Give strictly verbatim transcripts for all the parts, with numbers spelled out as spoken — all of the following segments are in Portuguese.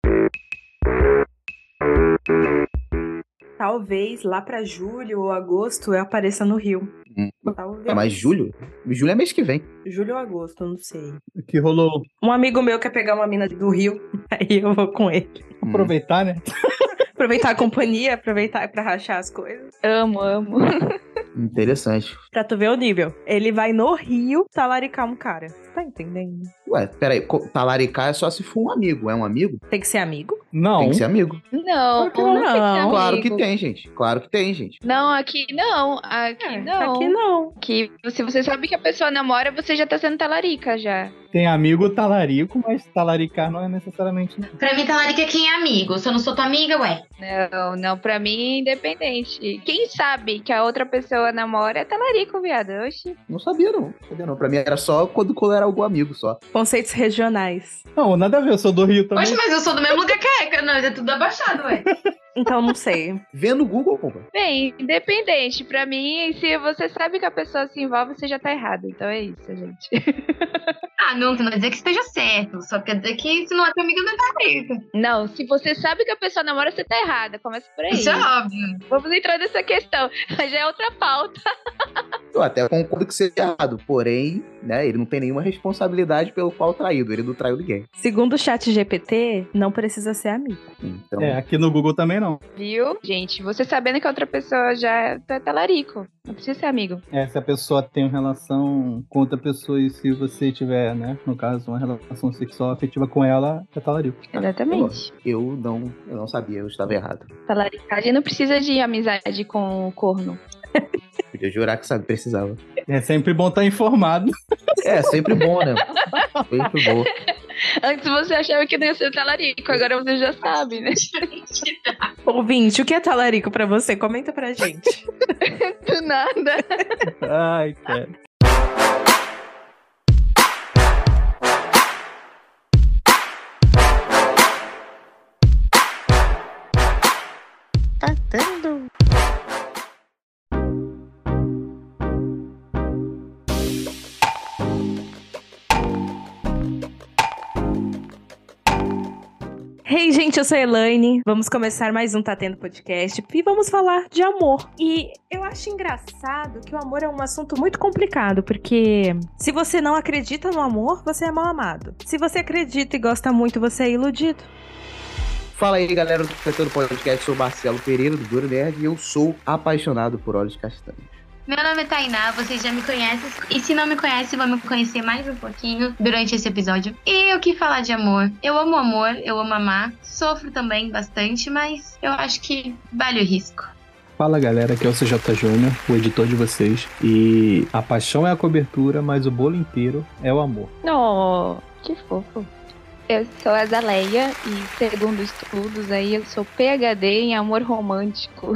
Talvez lá pra julho ou agosto eu apareça no Rio. Hum. Talvez. Mas julho? Julho é mês que vem. Julho ou agosto, eu não sei. O que rolou? Um amigo meu quer pegar uma mina do Rio, aí eu vou com ele. Hum. Aproveitar, né? Aproveitar a companhia, aproveitar pra rachar as coisas. Amo, amo. Interessante. Pra tu ver o nível. Ele vai no Rio talaricar um cara. Você tá entendendo? Ué, peraí, talaricar é só se for um amigo. É um amigo? Tem que ser amigo? Não. Tem que ser amigo. Não, Claro que não, não. tem que ser amigo. Claro que tem, gente. Claro que tem, gente. Não, aqui não. Aqui É, não. Aqui não. Que se você sabe que a pessoa namora, você já tá sendo talarica já. Tem amigo talarico, mas talaricar não é necessariamente. Não. Pra mim, talarica é quem é amigo. Se eu não sou tua amiga, ué. Não, não, pra mim é independente. Quem sabe que a outra pessoa namora é talarico, viado. Oxi. Não sabia, não. Não sabia, não. Pra mim era só quando, quando era algum amigo, só. Conceitos regionais. Não, nada a ver, eu sou do Rio também. Poxa, mas eu sou do mesmo lugar que a Eka. Nós é tudo abaixado, ué. Então não sei. Vê no Google, compa. Bem, independente. Pra mim, se você sabe que a pessoa se envolve, você já tá errado. Então é isso, gente. Ah, não, que não quer dizer que esteja certo. Só quer dizer que se não é tua amiga, não é talarica. Não, se você sabe que a pessoa namora, você tá errada. Começa por aí. Isso é óbvio. Vamos entrar nessa questão. Já é outra pauta. Eu até concordo que seja errado, porém, né, ele não tem nenhuma responsabilidade pelo qual traído. Ele não traiu ninguém. Segundo o chat G P T, não precisa ser amigo. Então, É, aqui no Google também não. Viu? Gente, você sabendo que a outra pessoa já é talarico. Não precisa ser amigo. É, se a pessoa tem uma relação com outra pessoa e se você tiver, né, no caso, uma relação sexual afetiva com ela, é talarico. Exatamente. eu não, eu não sabia, eu estava errado. Talaricagem não precisa de amizade com o corno. Podia jurar que sabe, precisava. É sempre bom estar informado. É, sempre bom, né? Sempre bom. Antes você achava que não ia ser talarico, agora você já sabe, né? Ouvinte, o que é talarico pra você? Comenta pra gente. Do nada. Ai, cara. Tá dando. Hey, gente, eu sou a Elaine. Vamos começar mais um Tá Tendo Podcast e vamos falar de amor. E eu acho engraçado que o amor é um assunto muito complicado, porque se você não acredita no amor, você é mal amado. Se você acredita e gosta muito, você é iludido. Fala aí, galera do Tá Tendo Podcast. Eu sou Marcelo Pereira, do Duro Nerd, e eu sou apaixonado por olhos castanhos. Meu nome é Tainá, vocês já me conhecem. E se não me conhecem, vão me conhecer mais um pouquinho durante esse episódio. E o que falar de amor? Eu amo amor, eu amo amar. Sofro também bastante, mas eu acho que vale o risco. Fala galera, aqui é o C J Júnior, o editor de vocês. E a paixão é a cobertura, mas o bolo inteiro é o amor. Oh, que fofo. Eu sou a Zaleia e, segundo estudos, aí eu sou P H D em amor romântico.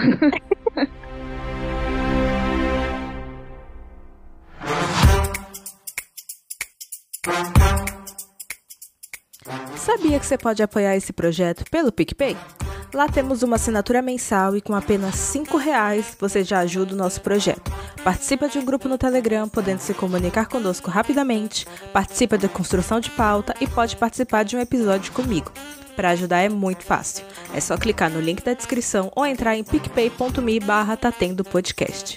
Sabia que você pode apoiar esse projeto pelo PicPay? Lá temos uma assinatura mensal e com apenas cinco reais você já ajuda o nosso projeto. Participa de um grupo no Telegram, podendo se comunicar conosco rapidamente, participa da construção de pauta e pode participar de um episódio comigo. Para ajudar é muito fácil. É só clicar no link da descrição ou entrar em picpay.me barra tá tendo podcast.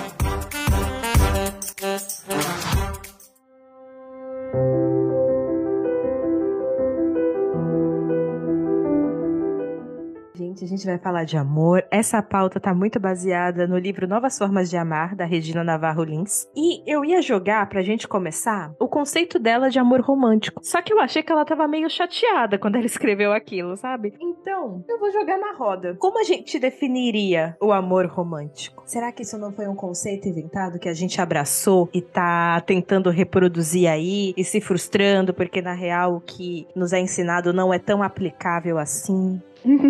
Gente, a gente vai falar de amor. Essa pauta tá muito baseada no livro Novas Formas de Amar, da Regina Navarro Lins. E eu ia jogar, pra gente começar, o conceito dela de amor romântico. Só que eu achei que ela tava meio chateada quando ela escreveu aquilo, sabe? Então, eu vou jogar na roda. Como a gente definiria o amor romântico? Será que isso não foi um conceito inventado que a gente abraçou e tá tentando reproduzir aí e se frustrando porque, na real, o que nos é ensinado não é tão aplicável assim?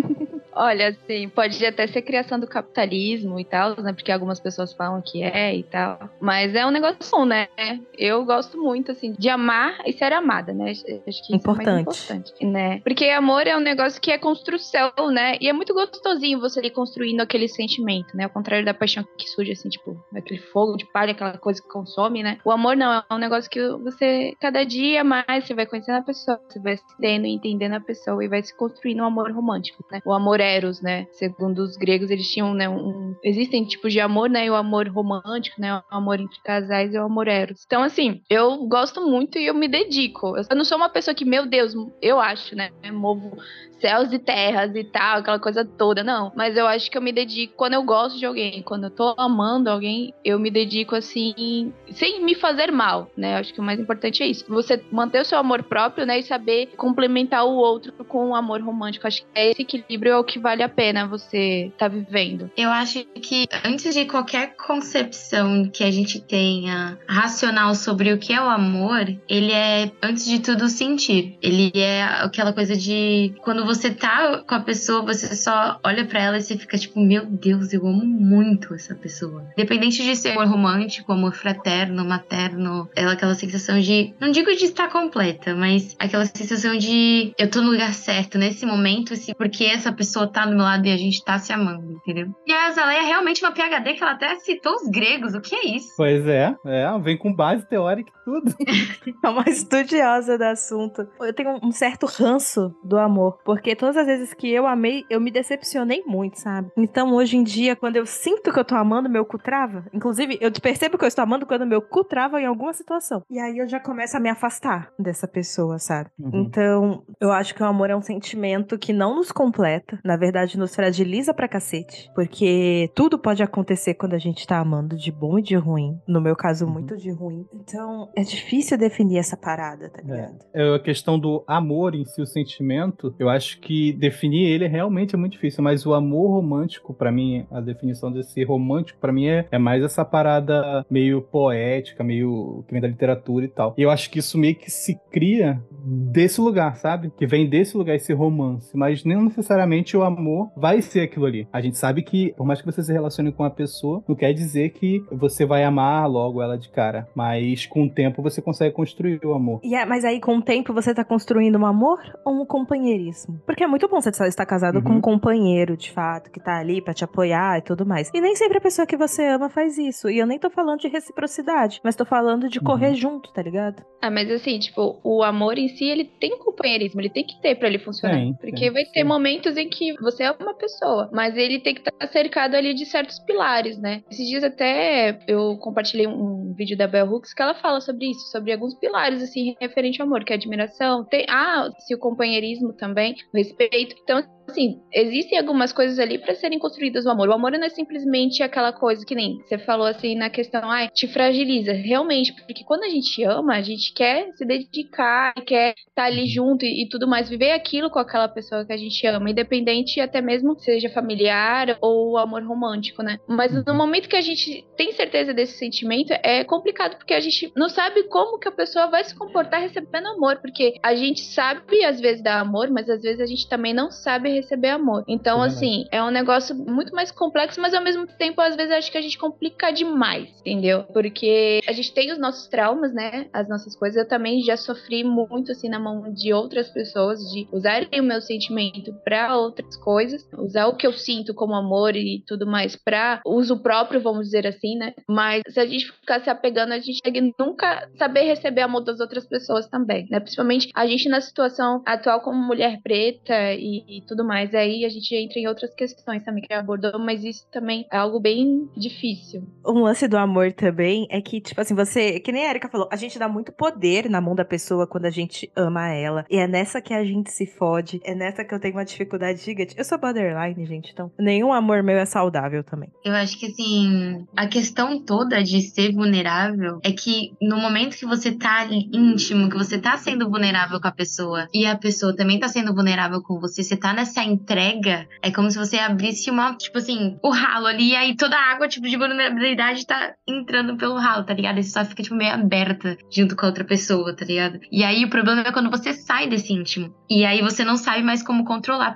Olha, assim, pode até ser criação do capitalismo e tal, né? Porque algumas pessoas falam que é e tal. Mas é um negócio bom, né? Eu gosto muito, assim, de amar e ser amada, né? Acho que isso Importante. é mais importante, né? Porque amor é um negócio que é construção, né? E é muito gostosinho você ir construindo aquele sentimento, né? Ao contrário da paixão que surge, assim, tipo, aquele fogo de palha, aquela coisa que consome, né? O amor não, é um negócio que você, cada dia mais, você vai conhecendo a pessoa, você vai se tendo e entendendo a pessoa e vai se construindo um amor romântico, né? O amor eros, né? Segundo os gregos, eles tinham, né? Um, existem tipos de amor, né? E o amor romântico, né? O amor entre casais e o amor eros. Então, assim, eu gosto muito e eu me dedico. Eu não sou uma pessoa que, meu Deus, eu acho, né? Movo céus e terras e tal, aquela coisa toda, não. Mas eu acho que eu me dedico, quando eu gosto de alguém, quando eu tô amando alguém, eu me dedico, assim, sem me fazer mal, né? Eu acho que o mais importante é isso. Você manter o seu amor próprio, né? E saber complementar o outro com o amor romântico. Acho que esse equilíbrio é o que vale a pena você tá vivendo. Eu acho que antes de qualquer concepção que a gente tenha racional sobre o que é o amor, ele é, antes de tudo, sentir. Ele é aquela coisa de quando você tá com a pessoa, você só olha pra ela e você fica tipo, meu Deus, eu amo muito essa pessoa. Independente de ser amor romântico, amor fraterno, materno, é aquela sensação de, não digo de estar completa, mas aquela sensação de eu tô no lugar certo nesse momento, porque essa pessoa tá do meu lado e a gente tá se amando, entendeu? E a Azaleia é realmente uma P H D que ela até citou os gregos, o que é isso? Pois é, é, vem com base teórica e tudo. É uma estudiosa do assunto. Eu tenho um certo ranço do amor, porque todas as vezes que eu amei, eu me decepcionei muito, sabe? Então, hoje em dia, quando eu sinto que eu tô amando, meu cu trava. Inclusive, eu percebo que eu estou amando quando meu cu trava em alguma situação. E aí eu já começo a me afastar dessa pessoa, sabe? Uhum. Então, eu acho que o amor é um sentimento que não nos completa. Na verdade, nos fragiliza pra cacete. Porque tudo pode acontecer quando a gente tá amando, de bom e de ruim. No meu caso, Uhum. muito de ruim. Então, é difícil definir essa parada, tá ligado? É, a questão do amor em si, o sentimento, eu acho que definir ele realmente é muito difícil, mas o amor romântico, pra mim, a definição desse romântico, pra mim, é, é mais essa parada meio poética, meio que vem da literatura e tal. E eu acho que isso meio que se cria desse lugar, sabe? Que vem desse lugar, esse romance, mas não necessariamente o amor vai ser aquilo ali. A gente sabe que, por mais que você se relacione com a pessoa, não quer dizer que você vai amar logo ela de cara, mas com o tempo você consegue construir o amor. Yeah, mas aí, com o tempo, você tá construindo um amor ou um companheirismo? Porque é muito bom você estar casado Uhum. com um companheiro, de fato, que tá ali pra te apoiar e tudo mais. E nem sempre a pessoa que você ama faz isso. E eu nem tô falando de reciprocidade, mas tô falando de Uhum. correr junto, tá ligado? Ah, mas assim, tipo, o amor em si, ele tem um companheirismo, ele tem que ter pra ele funcionar. Tem, porque tem, vai sim. ter momentos em que você é uma pessoa, mas ele tem que estar cercado ali de certos pilares, né? Esses dias até eu compartilhei um vídeo da Bell Hooks que ela fala sobre isso, sobre alguns pilares, assim, referente ao amor, que é a admiração, tem, ah, se o companheirismo também, o respeito. Então, assim, existem algumas coisas ali pra serem construídas no amor. O amor não é simplesmente aquela coisa que nem você falou, assim, na questão, ai, te fragiliza. Realmente, porque quando a gente ama, a gente quer se dedicar, quer estar ali junto e, e tudo mais, viver aquilo com aquela pessoa que a gente ama, independente até mesmo seja familiar ou amor romântico, né? Mas no momento que a gente tem certeza desse sentimento, é complicado, porque a gente não sabe como que a pessoa vai se comportar recebendo amor, porque a gente sabe, às vezes, dar amor, mas às vezes a gente também não sabe receber amor. Então, É assim, é um negócio muito mais complexo, mas ao mesmo tempo, às vezes, acho que a gente complica demais, entendeu? Porque a gente tem os nossos traumas, né? As nossas coisas. Eu também já sofri muito, assim, na mão de outras pessoas, de usarem o meu sentimento pra outras coisas, usar o que eu sinto como amor e tudo mais pra uso próprio, vamos dizer assim, né? Mas se a gente ficar se apegando, a gente nunca saber receber amor das outras pessoas também, né? Principalmente a gente na situação atual como mulher preta e, e tudo mais. Aí a gente entra em outras questões também que abordou, mas isso também é algo bem difícil. Um lance do amor também é que, tipo assim, você, que nem a Erika falou, a gente dá muito poder na mão da pessoa quando a gente ama ela. E é nessa que a gente se fode, é nessa que eu tenho uma dificuldade gigante. Eu sou borderline, gente, então nenhum amor meu é saudável também. Eu acho que, assim, a questão toda de ser vulnerável é que no momento que você tá ali íntimo, que você tá sendo vulnerável com a pessoa e a pessoa também tá sendo vulnerável com você, você tá nessa entrega, é como se você abrisse uma, tipo assim, o ralo ali e aí toda a água, tipo, de vulnerabilidade tá entrando pelo ralo, tá ligado? E você só fica, tipo, meio aberta junto com a outra pessoa, tá ligado? E aí o problema é quando você sai desse íntimo. E aí você não sabe mais como controlar, principalmente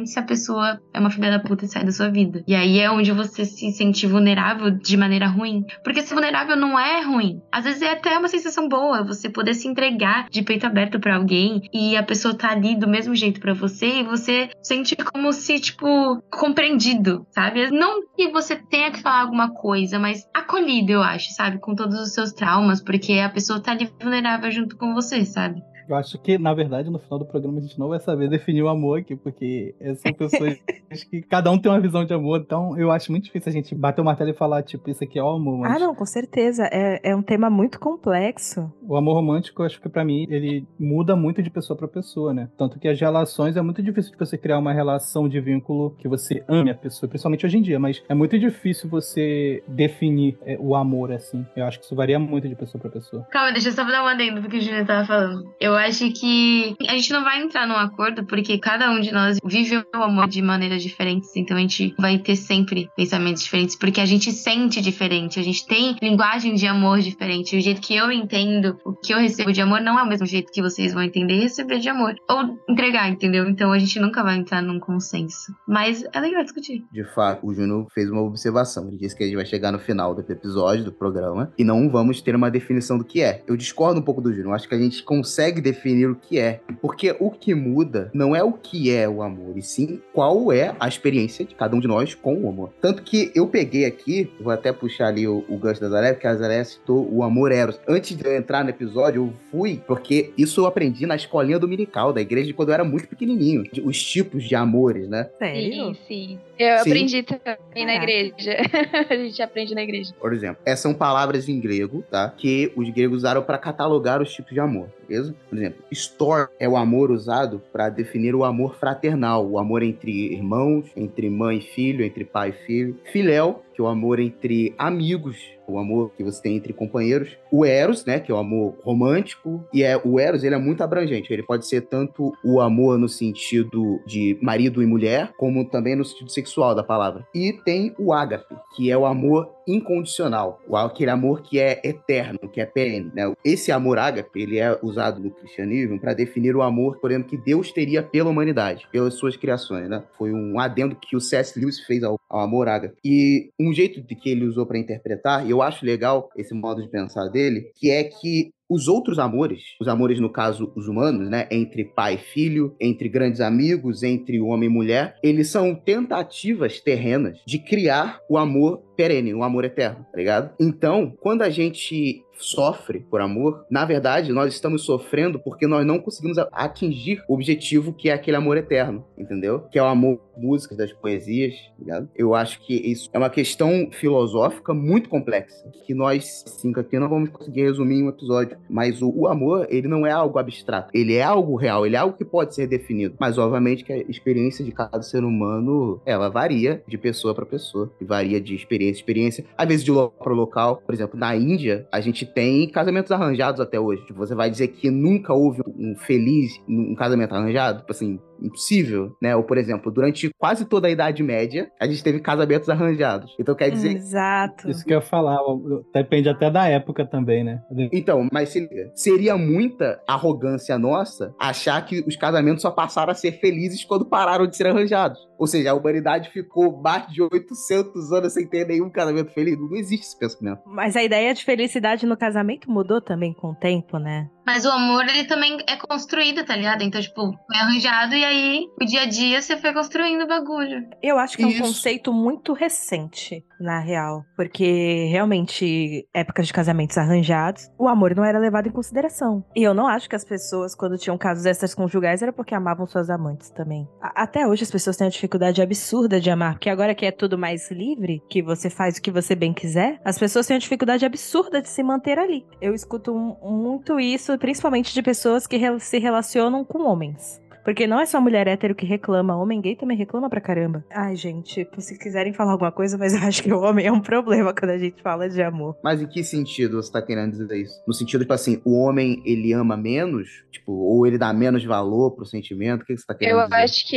principalmente se a pessoa é uma filha da puta e sai da sua vida. E aí é onde você se sente vulnerável de maneira ruim. Porque ser vulnerável não é ruim. Às vezes é até uma sensação boa, você poder se entregar de peito aberto pra alguém e a pessoa tá ali do mesmo jeito pra você e você sente como se, tipo, compreendido, sabe? Não que você tenha que falar alguma coisa, mas acolhido, eu acho, sabe? Com todos os seus traumas, porque a pessoa tá ali vulnerável junto com você, sabe? Eu acho que, na verdade, no final do programa a gente não vai saber definir o amor aqui, porque são pessoas que cada um tem uma visão de amor, então eu acho muito difícil a gente bater o martelo e falar, tipo, isso aqui é o amor. Mas Ah, não, com certeza. É, é um tema muito complexo. o amor romântico, eu acho que pra mim, ele muda muito de pessoa pra pessoa, né? Tanto que as relações, é muito difícil de você criar uma relação de vínculo que você ame a pessoa, principalmente hoje em dia, mas é muito difícil você definir é, o amor, assim. Eu acho que isso varia muito de pessoa pra pessoa. Calma, deixa eu só dar um adendo do que o Júnior tava falando. Eu acho que a gente não vai entrar num acordo porque cada um de nós vive o amor de maneiras diferentes, então a gente vai ter sempre pensamentos diferentes, porque a gente sente diferente, a gente tem linguagem de amor diferente. O jeito que eu entendo, o que eu recebo de amor não é o mesmo jeito que vocês vão entender e receber de amor. Ou entregar, entendeu? Então a gente nunca vai entrar num consenso. Mas é legal discutir. De fato, o Júnior fez uma observação. Ele disse que a gente vai chegar no final do episódio, do programa, e não vamos ter uma definição do que é. Eu discordo um pouco do Júnior. Eu acho que a gente consegue definir o que é. Porque o que muda não é o que é o amor, e sim qual é a experiência de cada um de nós com o amor. Tanto que eu peguei aqui, vou até puxar ali o, o gancho da Zalé, porque a Zalé citou o amor eros. Antes de eu entrar no episódio, eu fui, porque isso eu aprendi na escolinha dominical da igreja, quando eu era muito pequenininho. Os tipos de amores, né? Sério? Sim, sim. Eu Sim. aprendi também na Caraca. igreja. A gente aprende na igreja. Por exemplo, essas são palavras em grego, tá? Que os gregos usaram para catalogar os tipos de amor, beleza? Por exemplo, storm é o amor usado para definir o amor fraternal, o amor entre irmãos, entre mãe e filho, entre pai e filho. Filéu, que é o amor entre amigos, o amor que você tem entre companheiros. O eros, né, que é o amor romântico. E é, o eros, ele é muito abrangente. Ele pode ser tanto o amor no sentido de marido e mulher, como também no sentido sexual da palavra. E tem o ágape, que é o amor incondicional, aquele amor que é eterno, que é perene, né? Esse amor ágape, ele é usado no cristianismo para definir o amor, por exemplo, que Deus teria pela humanidade, pelas suas criações, né? Foi um adendo que o C S Lewis fez ao, ao amor ágape. E um jeito de que ele usou para interpretar, e eu acho legal esse modo de pensar dele, que é que os outros amores, os amores no caso os humanos, né, entre pai e filho, entre grandes amigos, entre homem e mulher, eles são tentativas terrenas de criar o amor perene, o amor eterno, tá ligado? Então, quando a gente sofre por amor, na verdade, nós estamos sofrendo porque nós não conseguimos atingir o objetivo que é aquele amor eterno, entendeu? Que é o amor das músicas, das poesias, tá ligado? Eu acho que isso é uma questão filosófica muito complexa, que nós, cinco aqui, não vamos conseguir resumir em um episódio. Mas o, o amor, ele não é algo abstrato. Ele é algo real, ele é algo que pode ser definido. Mas, obviamente, que a experiência de cada ser humano, ela varia de pessoa para pessoa. E varia de experiência a experiência. Às vezes, de local para local. Por exemplo, na Índia, a gente tem casamentos arranjados até hoje. Tipo, você vai dizer que nunca houve um feliz um casamento arranjado? Tipo assim, impossível, né? Ou, por exemplo, durante quase toda a Idade Média, a gente teve casamentos arranjados. Então, quer dizer... Exato. Isso que eu ia falar, depende até da época também, né? Então, mas se liga, seria muita arrogância nossa achar que os casamentos só passaram a ser felizes quando pararam de ser arranjados. Ou seja, a humanidade ficou mais de oitocentos anos sem ter nenhum casamento feliz. Não existe esse pensamento. Mas a ideia de felicidade no casamento mudou também com o tempo, né? Mas o amor, ele também é construído, tá ligado? Então, tipo, foi arranjado e aí, o dia a dia, você foi construindo o bagulho. Eu acho que é um Isso. conceito muito recente, na real. Porque, realmente, épocas de casamentos arranjados, o amor não era levado em consideração. E eu não acho que as pessoas, quando tinham casos extraconjugais, era porque amavam suas amantes também. A- até hoje, as pessoas têm uma dificuldade absurda de amar. Porque agora que é tudo mais livre, que você faz o que você bem quiser, as pessoas têm uma dificuldade absurda de se manter ali. Eu escuto um- muito isso, principalmente de pessoas que rel- se relacionam com homens. Porque não é só mulher hétero que reclama, homem gay também reclama pra caramba. Ai, gente, se quiserem falar alguma coisa, mas eu acho que o homem é um problema quando a gente fala de amor. Mas em que sentido você tá querendo dizer isso? No sentido, tipo assim, o homem, ele ama menos? Tipo, ou ele dá menos valor pro sentimento? O que que você tá querendo Eu dizer? acho que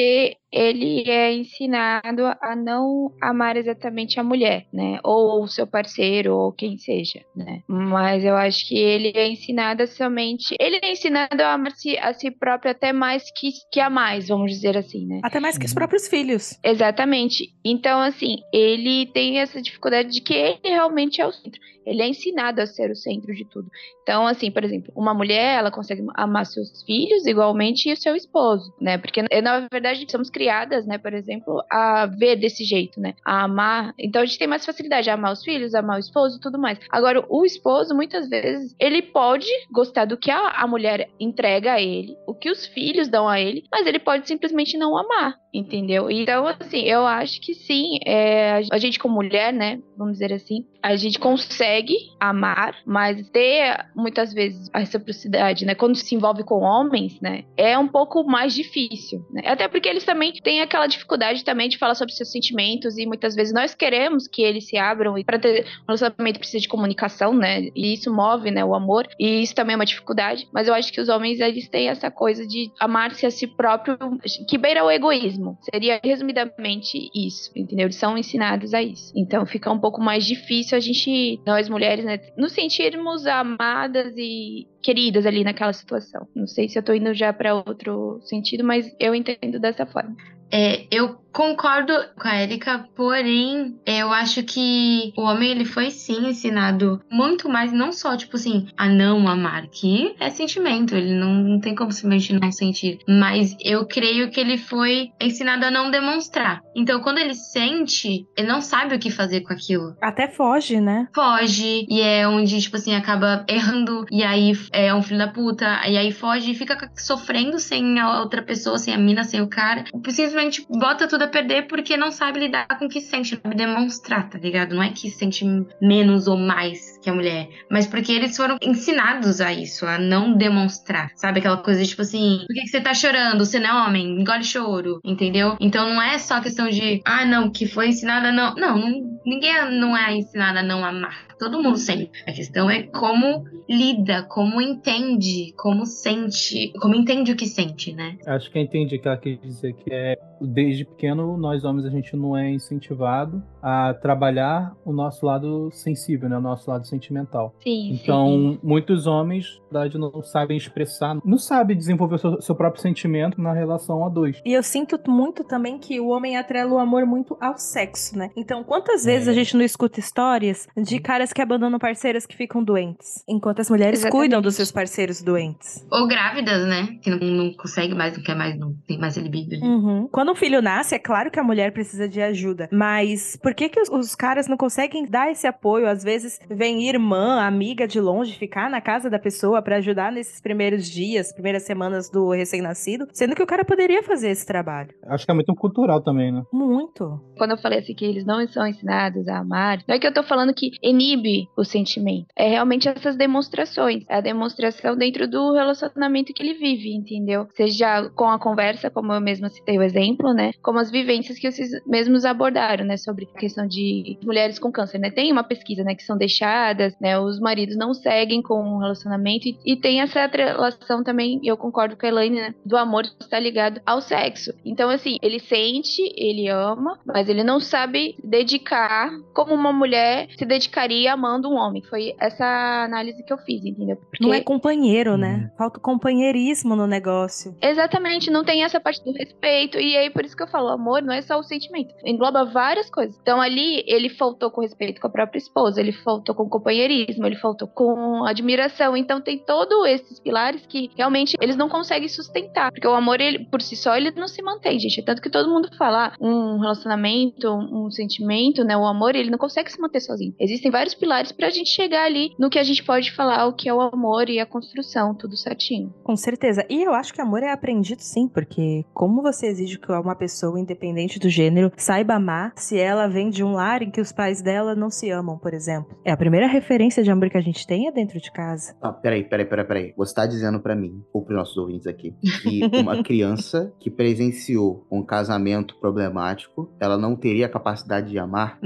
ele é ensinado a não amar exatamente a mulher, né? Ou o seu parceiro, ou quem seja, né? Mas eu acho que ele é ensinado a somente... Ele é ensinado a amar-se a si próprio até mais que, que a mais, vamos dizer assim, né? Até mais que os próprios filhos. Exatamente. Então, assim, ele tem essa dificuldade de que ele realmente é o centro. Ele é ensinado a ser o centro de tudo. Então, assim, por exemplo, uma mulher, ela consegue amar seus filhos igualmente e o seu esposo, né? Porque, na verdade, somos criadas, né, por exemplo, a ver desse jeito, né? A amar. Então, a gente tem mais facilidade a amar os filhos, amar o esposo e tudo mais. Agora, o esposo, muitas vezes, ele pode gostar do que a, a mulher entrega a ele, o que os filhos dão a ele, mas ele pode simplesmente não amar, entendeu? Então, assim, eu acho que sim, é, a gente como mulher, né, vamos dizer assim, a gente consegue amar, mas ter muitas vezes a reciprocidade, né, quando se envolve com homens, né, é um pouco mais difícil, né? Até porque eles também têm aquela dificuldade também de falar sobre seus sentimentos e muitas vezes nós queremos que eles se abram e para ter um relacionamento precisa de comunicação, né, e isso move, né, o amor, e isso também é uma dificuldade, mas eu acho que os homens, eles têm essa coisa de amar-se a si próprio, que beira o egoísmo, seria resumidamente isso, entendeu? Eles são ensinados a isso, então fica um pouco mais difícil a gente, nós mulheres, né, nos sentirmos amadas e queridas ali naquela situação. Não sei se eu tô indo já para outro sentido, mas eu entendo dessa forma. É, eu concordo com a Erika, porém, eu acho que o homem, ele foi sim ensinado muito mais, não só, tipo assim, a não amar, que é sentimento, ele não, não tem como simplesmente não sentir, mas eu creio que ele foi ensinado a não demonstrar. Então, quando ele sente, ele não sabe o que fazer com aquilo. Até foge, né? Foge, e é onde, tipo assim, acaba errando, e aí é um filho da puta, e aí foge e fica sofrendo sem a outra pessoa, sem a mina, sem o cara. Simplesmente bota tudo a perder porque não sabe lidar com o que sente, não sabe demonstrar, tá ligado? Não é que sente menos ou mais que a mulher, mas porque eles foram ensinados a isso, a não demonstrar, sabe? Aquela coisa de, tipo assim, por que, que você tá chorando? Você não é homem, engole choro, entendeu? Então não é só questão de, ah, não, que foi ensinada a não... Não, não, ninguém não é ensinada a não amar. Todo mundo sente. A questão é como lida, como entende, como sente, como entende o que sente, né? Acho que entendi que ela quer dizer que é desde pequeno nós homens a gente não é incentivado a trabalhar o nosso lado sensível, né? O nosso lado sentimental. Sim, então, sim. muitos homens, na verdade, não sabem expressar, não sabem desenvolver o seu, seu próprio sentimento na relação a dois. E eu sinto muito também que o homem atrela o amor muito ao sexo, né? Então, quantas vezes é. a gente não escuta histórias de caras que abandonam parceiras que ficam doentes, enquanto as mulheres Exatamente. cuidam dos seus parceiros doentes. Ou grávidas, né? Que não, não consegue mais, não quer mais, não tem mais libido. Uhum. Quando um filho nasce, é claro que a mulher precisa de ajuda, mas por que que os, os caras não conseguem dar esse apoio? Às vezes vem irmã, amiga de longe, ficar na casa da pessoa pra ajudar nesses primeiros dias, primeiras semanas do recém-nascido, sendo que o cara poderia fazer esse trabalho. Acho que é muito cultural também, né? Muito. Quando eu falei assim que eles não são ensinados a amar, não é que eu tô falando que inibe o sentimento, é realmente essas demonstrações, é a demonstração dentro do relacionamento que ele vive, entendeu? Seja com a conversa, como eu mesma citei o exemplo, né? Como as vivências que vocês mesmos abordaram, né? Sobre a questão de mulheres com câncer, né? Tem uma pesquisa, né? Que são deixadas, né? Os maridos não seguem com o relacionamento e, e tem essa relação também, eu concordo com a Elaine, né? Do amor está ligado ao sexo. Então, assim, ele sente, ele ama, mas ele não sabe dedicar como uma mulher se dedicaria amando um homem. Foi essa análise que eu fiz, entendeu? Porque... Não é companheiro, né? Falta companheirismo no negócio. Exatamente, não tem essa parte do respeito. E aí, por isso que eu falo, amor não é só o sentimento. Engloba várias coisas. Então, ali, ele faltou com respeito com a própria esposa, ele faltou com companheirismo, ele faltou com admiração. Então, tem todos esses pilares que, realmente, eles não conseguem sustentar. Porque o amor, ele, por si só, ele não se mantém, gente. Tanto que todo mundo fala, um relacionamento, um, um sentimento, né? O amor, ele não consegue se manter sozinho. Existem vários pilares pra gente chegar ali no que a gente pode falar, o que é o amor e a construção, tudo certinho. Com certeza. E eu acho que amor é aprendido sim, porque como você exige que uma pessoa, independente do gênero, saiba amar se ela vem de um lar em que os pais dela não se amam, por exemplo? É a primeira referência de amor que a gente tem é dentro de casa. Ah, peraí, peraí, peraí, peraí. Você tá dizendo pra mim, ou pros nossos ouvintes aqui, que uma criança que presenciou um casamento problemático, ela não teria a capacidade de amar? Não.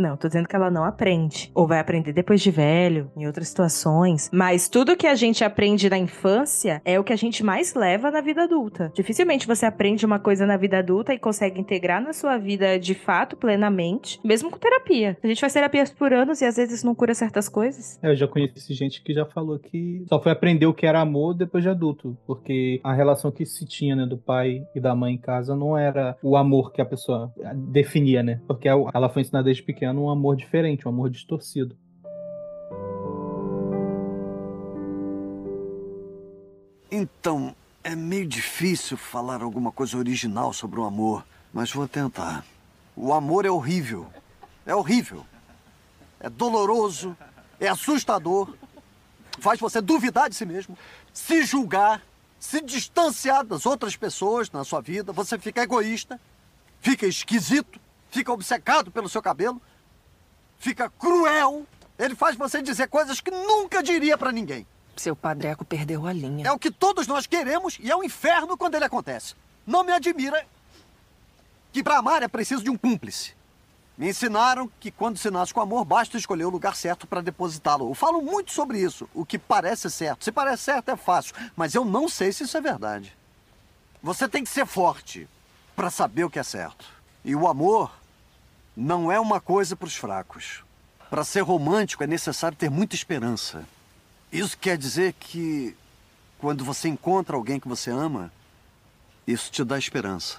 Não, tô dizendo que ela não aprende. Ou vai aprender depois de velho, em outras situações. Mas tudo que a gente aprende na infância é o que a gente mais leva na vida adulta. Dificilmente você aprende uma coisa na vida adulta e consegue integrar na sua vida de fato, plenamente, mesmo com terapia. A gente faz terapias por anos e às vezes não cura certas coisas. Eu já conheci gente que já falou que só foi aprender o que era amor depois de adulto, porque a relação que se tinha, né, do pai e da mãe em casa não era o amor que a pessoa definia, né? Porque ela foi ensinada desde pequena um amor diferente, um amor distorcido. Então, é meio difícil falar alguma coisa original sobre o amor, mas vou tentar. O amor é horrível. É horrível. É doloroso, é assustador, faz você duvidar de si mesmo, se julgar, se distanciar das outras pessoas na sua vida, você fica egoísta, fica esquisito, fica obcecado pelo seu cabelo, fica cruel, ele faz você dizer coisas que nunca diria pra ninguém. Seu padreco perdeu a linha. É o que todos nós queremos e é um inferno quando ele acontece. Não me admira que pra amar é preciso de um cúmplice. Me ensinaram que quando se nasce com amor, basta escolher o lugar certo para depositá-lo. Eu falo muito sobre isso, o que parece certo. Se parece certo é fácil, mas eu não sei se isso é verdade. Você tem que ser forte para saber o que é certo. E o amor não é uma coisa para os fracos. Para ser romântico é necessário ter muita esperança. Isso quer dizer que quando você encontra alguém que você ama, isso te dá esperança.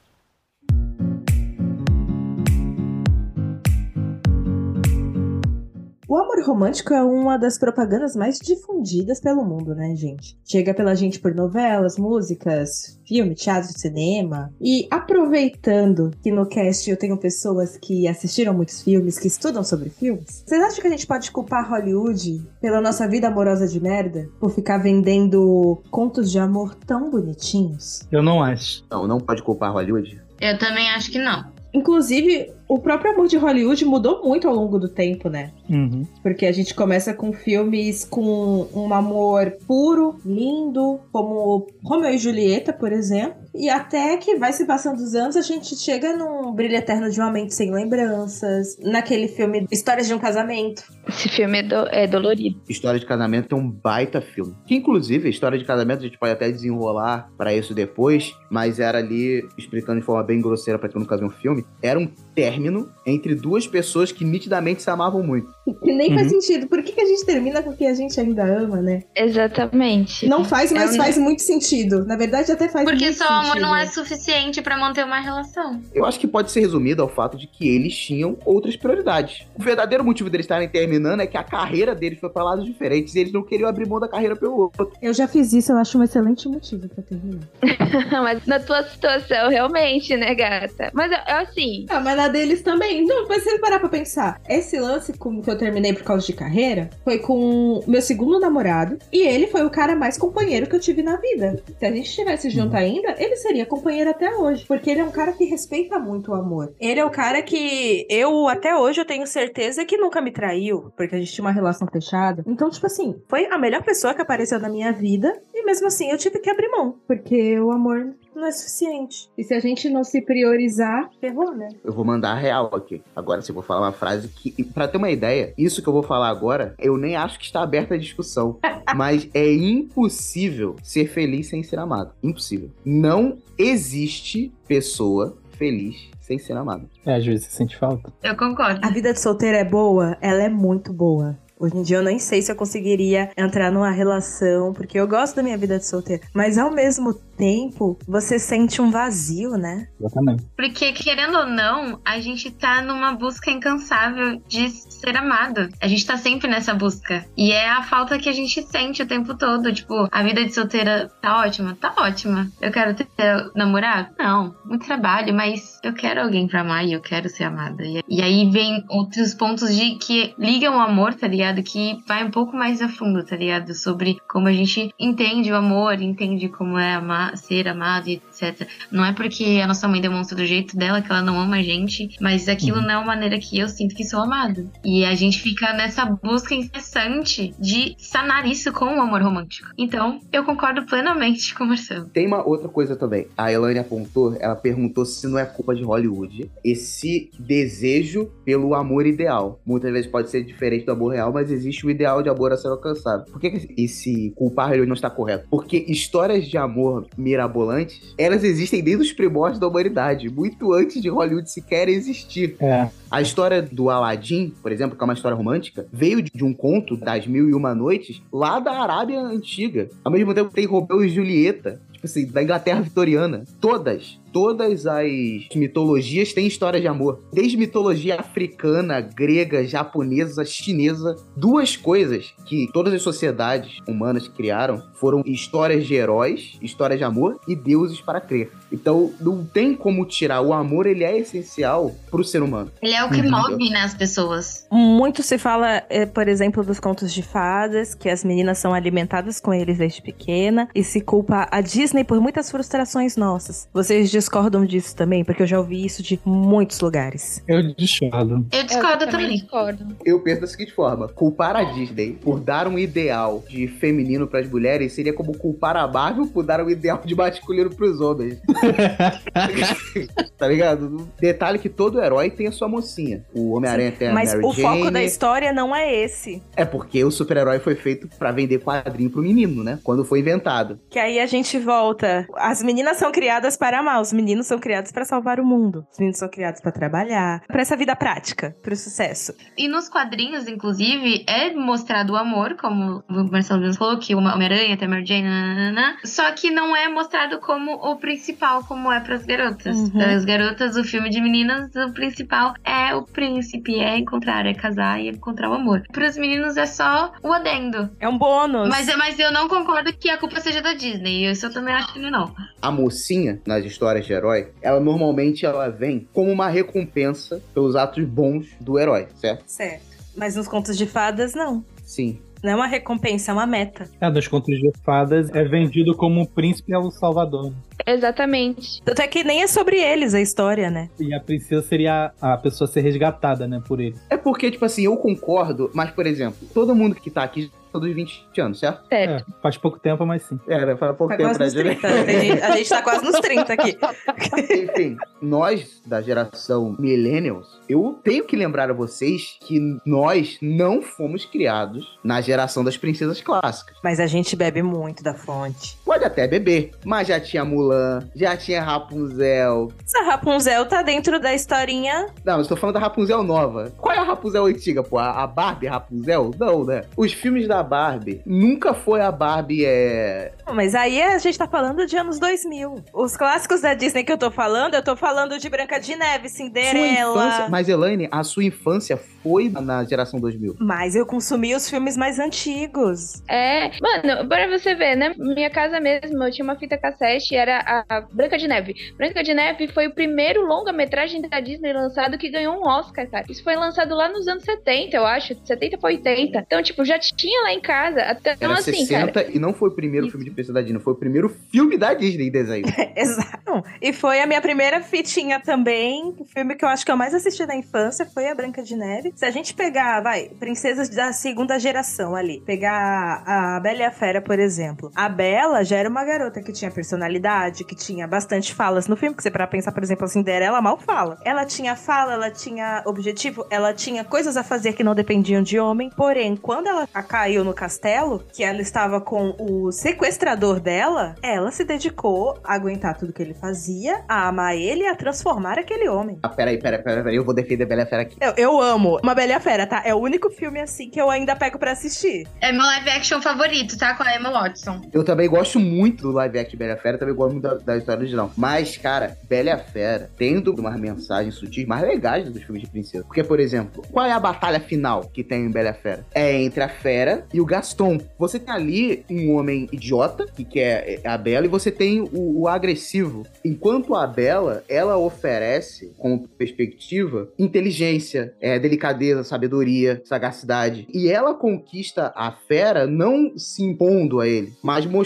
O amor romântico é uma das propagandas mais difundidas pelo mundo, né, gente? Chega pela gente por novelas, músicas, filme, teatro, cinema. E aproveitando que no cast eu tenho pessoas que assistiram muitos filmes, que estudam sobre filmes, vocês acham que a gente pode culpar Hollywood pela nossa vida amorosa de merda? Por ficar vendendo contos de amor tão bonitinhos? Eu não acho. Não, não pode culpar Hollywood. Eu também acho que não. Inclusive, o próprio amor de Hollywood mudou muito ao longo do tempo, né? Uhum. Porque a gente começa com filmes com um amor puro, lindo, como Romeu e Julieta, por exemplo. E até que vai se passando os anos, a gente chega num Brilho Eterno de uma Mente Sem Lembranças, naquele filme Histórias de um Casamento. Esse filme é, do, é dolorido. História de Casamento é um baita filme. Que, inclusive, a História de Casamento, a gente pode até desenrolar pra isso depois, mas era ali, explicando de forma bem grosseira pra quem nunca viu um filme, era um término entre duas pessoas que nitidamente se amavam muito. Que nem Uhum. faz sentido. Por que, que a gente termina com quem a gente ainda ama, né? Exatamente. Não faz, mas É um- faz muito sentido. Na verdade, até faz Porque muito só o sentido. amor não é suficiente pra manter uma relação. Eu acho que pode ser resumido ao fato de que eles tinham outras prioridades. O verdadeiro motivo deles estarem terminando é que a carreira deles foi pra lados diferentes e eles não queriam abrir mão da carreira pelo outro. Eu já fiz isso, eu acho um excelente motivo pra terminar. Mas na tua situação, realmente, né, gata? Mas é é assim, Ah, mas na deles também. Não, mas se você parar pra pensar, esse lance com que eu terminei por causa de carreira foi com meu segundo namorado e ele foi o cara mais companheiro que eu tive na vida. Se a gente estivesse junto ainda, ele seria companheiro até hoje, porque ele é um cara que respeita muito o amor. Ele é o cara que eu, até hoje, eu tenho certeza que nunca me traiu, porque a gente tinha uma relação fechada. Então, tipo assim, foi a melhor pessoa que apareceu na minha vida e mesmo assim eu tive que abrir mão, porque o amor não é suficiente. E se a gente não se priorizar, ferrou, né? Eu vou mandar a real aqui. Agora, se eu vou falar uma frase que, e pra ter uma ideia, isso que eu vou falar agora, eu nem acho que está aberta a discussão. Mas é impossível ser feliz sem ser amado. Impossível. Não existe pessoa feliz sem ser amada. É, às vezes você sente falta. Eu concordo. A vida de solteira é boa? Ela é muito boa. Hoje em dia eu nem sei se eu conseguiria entrar numa relação, porque eu gosto da minha vida de solteira. Mas ao mesmo tempo, você sente um vazio, né? Exatamente. Porque, querendo ou não, a gente tá numa busca incansável de ser amado. A gente tá sempre nessa busca. E é a falta que a gente sente o tempo todo. Tipo, a vida de solteira tá ótima? Tá ótima. Eu quero ter namorado? Não. Muito trabalho, mas eu quero alguém pra amar e eu quero ser amada. E, e aí vem outros pontos de que ligam o amor, tá ligado? Que vai um pouco mais a fundo, tá ligado? Sobre como a gente entende o amor, entende como é amar. ama, ser amado e etcétera. Não é porque a nossa mãe demonstra do jeito dela que ela não ama a gente, mas aquilo uhum. não é uma maneira que eu sinto que sou amado. E a gente fica nessa busca incessante de sanar isso com o amor romântico. Então, eu concordo plenamente com o Marcelo. Tem uma outra coisa também. A Elaine apontou, ela perguntou se não é culpa de Hollywood esse desejo pelo amor ideal. Muitas vezes pode ser diferente do amor real, mas existe o ideal de amor a ser alcançado. Por que esse culpar Hollywood não está correto? Porque histórias de amor mirabolantes, elas existem desde os primórdios da humanidade, muito antes de Hollywood sequer existir. É. A história do Aladdin, por exemplo, que é uma história romântica, veio de um conto das Mil e Uma Noites lá da Arábia Antiga. Ao mesmo tempo tem Romeu e Julieta, tipo assim, da Inglaterra vitoriana. Todas, todas as mitologias têm história de amor. Desde mitologia africana, grega, japonesa, chinesa. Duas coisas que todas as sociedades humanas criaram foram histórias de heróis, histórias de amor e deuses para crer. Então, não tem como tirar. O amor, ele é essencial pro ser humano. Ele é o que uhum. move, né, as pessoas. Muito se fala, por exemplo, dos contos de fadas, que as meninas são alimentadas com eles desde pequena, e se culpa a Disney por muitas frustrações nossas. Vocês discordam disso também? Porque eu já ouvi isso de muitos lugares. Eu discordo. Eu discordo eu também. também. Discordo. Eu penso da seguinte forma: culpar a Disney por dar um ideal de feminino pras mulheres seria como culpar a Marvel por dar um ideal de masculino pros homens. Tá ligado? Detalhe que todo herói tem a sua mocinha. O Homem-Aranha tem a Mary Jane. Mas o foco da história não é esse. É porque o super-herói foi feito pra vender quadrinho pro menino, né? Quando foi inventado. Que aí a gente volta. As meninas são criadas para amar, os meninos são criados pra salvar o mundo. Os meninos são criados pra trabalhar, pra essa vida prática, pro sucesso. E nos quadrinhos, inclusive, é mostrado o amor, como o Marcelo mesmo falou, que o Homem-Aranha tem a Mary Jane, nananana, só que não é mostrado como o principal, como é pras garotas. Uhum. Para as garotas, o filme de meninas, o principal é o príncipe, é encontrar, é casar e é encontrar o amor. Para os meninos é só o adendo. É um bônus. Mas, mas eu não concordo que a culpa seja da Disney. Isso eu também acho que não. A mocinha, nas histórias de herói, ela normalmente ela vem como uma recompensa pelos atos bons do herói, certo? Certo. Mas nos contos de fadas, não. Sim. Não é uma recompensa, é uma meta. É, nos contos de fadas é vendido como o príncipe é o salvador. Exatamente. Tanto é que nem é sobre eles a história, né? E a princesa seria a pessoa ser resgatada, né, por eles. É porque, tipo assim, eu concordo, mas, por exemplo, todo mundo que tá aqui dos vinte anos, certo? Certo. É, faz pouco tempo, mas sim. É, né? Faz pouco tá tempo, né? trinta. A gente, a gente tá quase nos trinta aqui. Enfim, nós da geração Millennials, eu tenho que lembrar a vocês que nós não fomos criados na geração das princesas clássicas. Mas a gente bebe muito da fonte. Pode até beber, mas já tinha Mulan, já tinha Rapunzel. Essa Rapunzel tá dentro da historinha... Não, eu estou falando da Rapunzel nova. Qual é a Rapunzel antiga, pô? A Barbie Rapunzel? Não, né? Os filmes da Barbie nunca foi a Barbie, é... Mas aí a gente tá falando de anos dois mil. Os clássicos da Disney que eu tô falando, eu tô falando de Branca de Neve, Cinderela... Sua infância... Mas, Elaine, a sua infância foi na geração dois mil. Mas eu consumi os filmes mais antigos. É, mano, para você ver, né? Minha casa mesmo, eu tinha uma fita cassete, era a Branca de Neve. Branca de Neve foi o primeiro longa-metragem da Disney lançado que ganhou um Oscar, cara. Isso foi lançado lá nos anos setenta, eu acho, setenta pra oitenta. Então, tipo, já tinha lá em casa. Até, então, era assim, sessenta, cara. E não foi o primeiro Isso. filme de princesa da Disney, foi o primeiro filme da Disney em desenho. Exato. E foi a minha primeira fitinha também. O filme que eu acho que eu mais assisti na infância foi a Branca de Neve. Se a gente pegar, vai, princesas da segunda geração ali, pegar a Bela e a Fera, por exemplo. A Bela já era uma garota que tinha personalidade, que tinha bastante falas no filme, que você para pensar, por exemplo, a Cinderela mal fala. Ela tinha fala, ela tinha objetivo, ela tinha coisas a fazer que não dependiam de homem. Porém, quando ela caiu no castelo, que ela estava com o sequestrador dela, ela se dedicou a aguentar tudo que ele fazia, a amar ele e a transformar aquele homem. Ah, peraí, peraí, peraí, peraí, eu vou defender a Bela e a Fera aqui. Eu, eu amo uma Bela e a Fera, tá? É o único filme assim que eu ainda pego pra assistir. É meu live action favorito, tá? Com a Emma Watson. Eu também gosto muito do live action de Bela e a Fera, também gosto muito da, da história original. Mas, cara, Bela e a Fera, tendo umas mensagens sutis mais legais dos filmes de princesa. Porque, por exemplo, qual é a batalha final que tem em Bela e a Fera? É entre a Fera e o Gaston. Você tem ali um homem idiota, que quer a Bela, e você tem o, o agressivo. Enquanto a Bela, ela oferece, como perspectiva, inteligência, é, delicadeza, sabedoria, sagacidade. E ela conquista a Fera não se impondo a ele, mas mostrando pra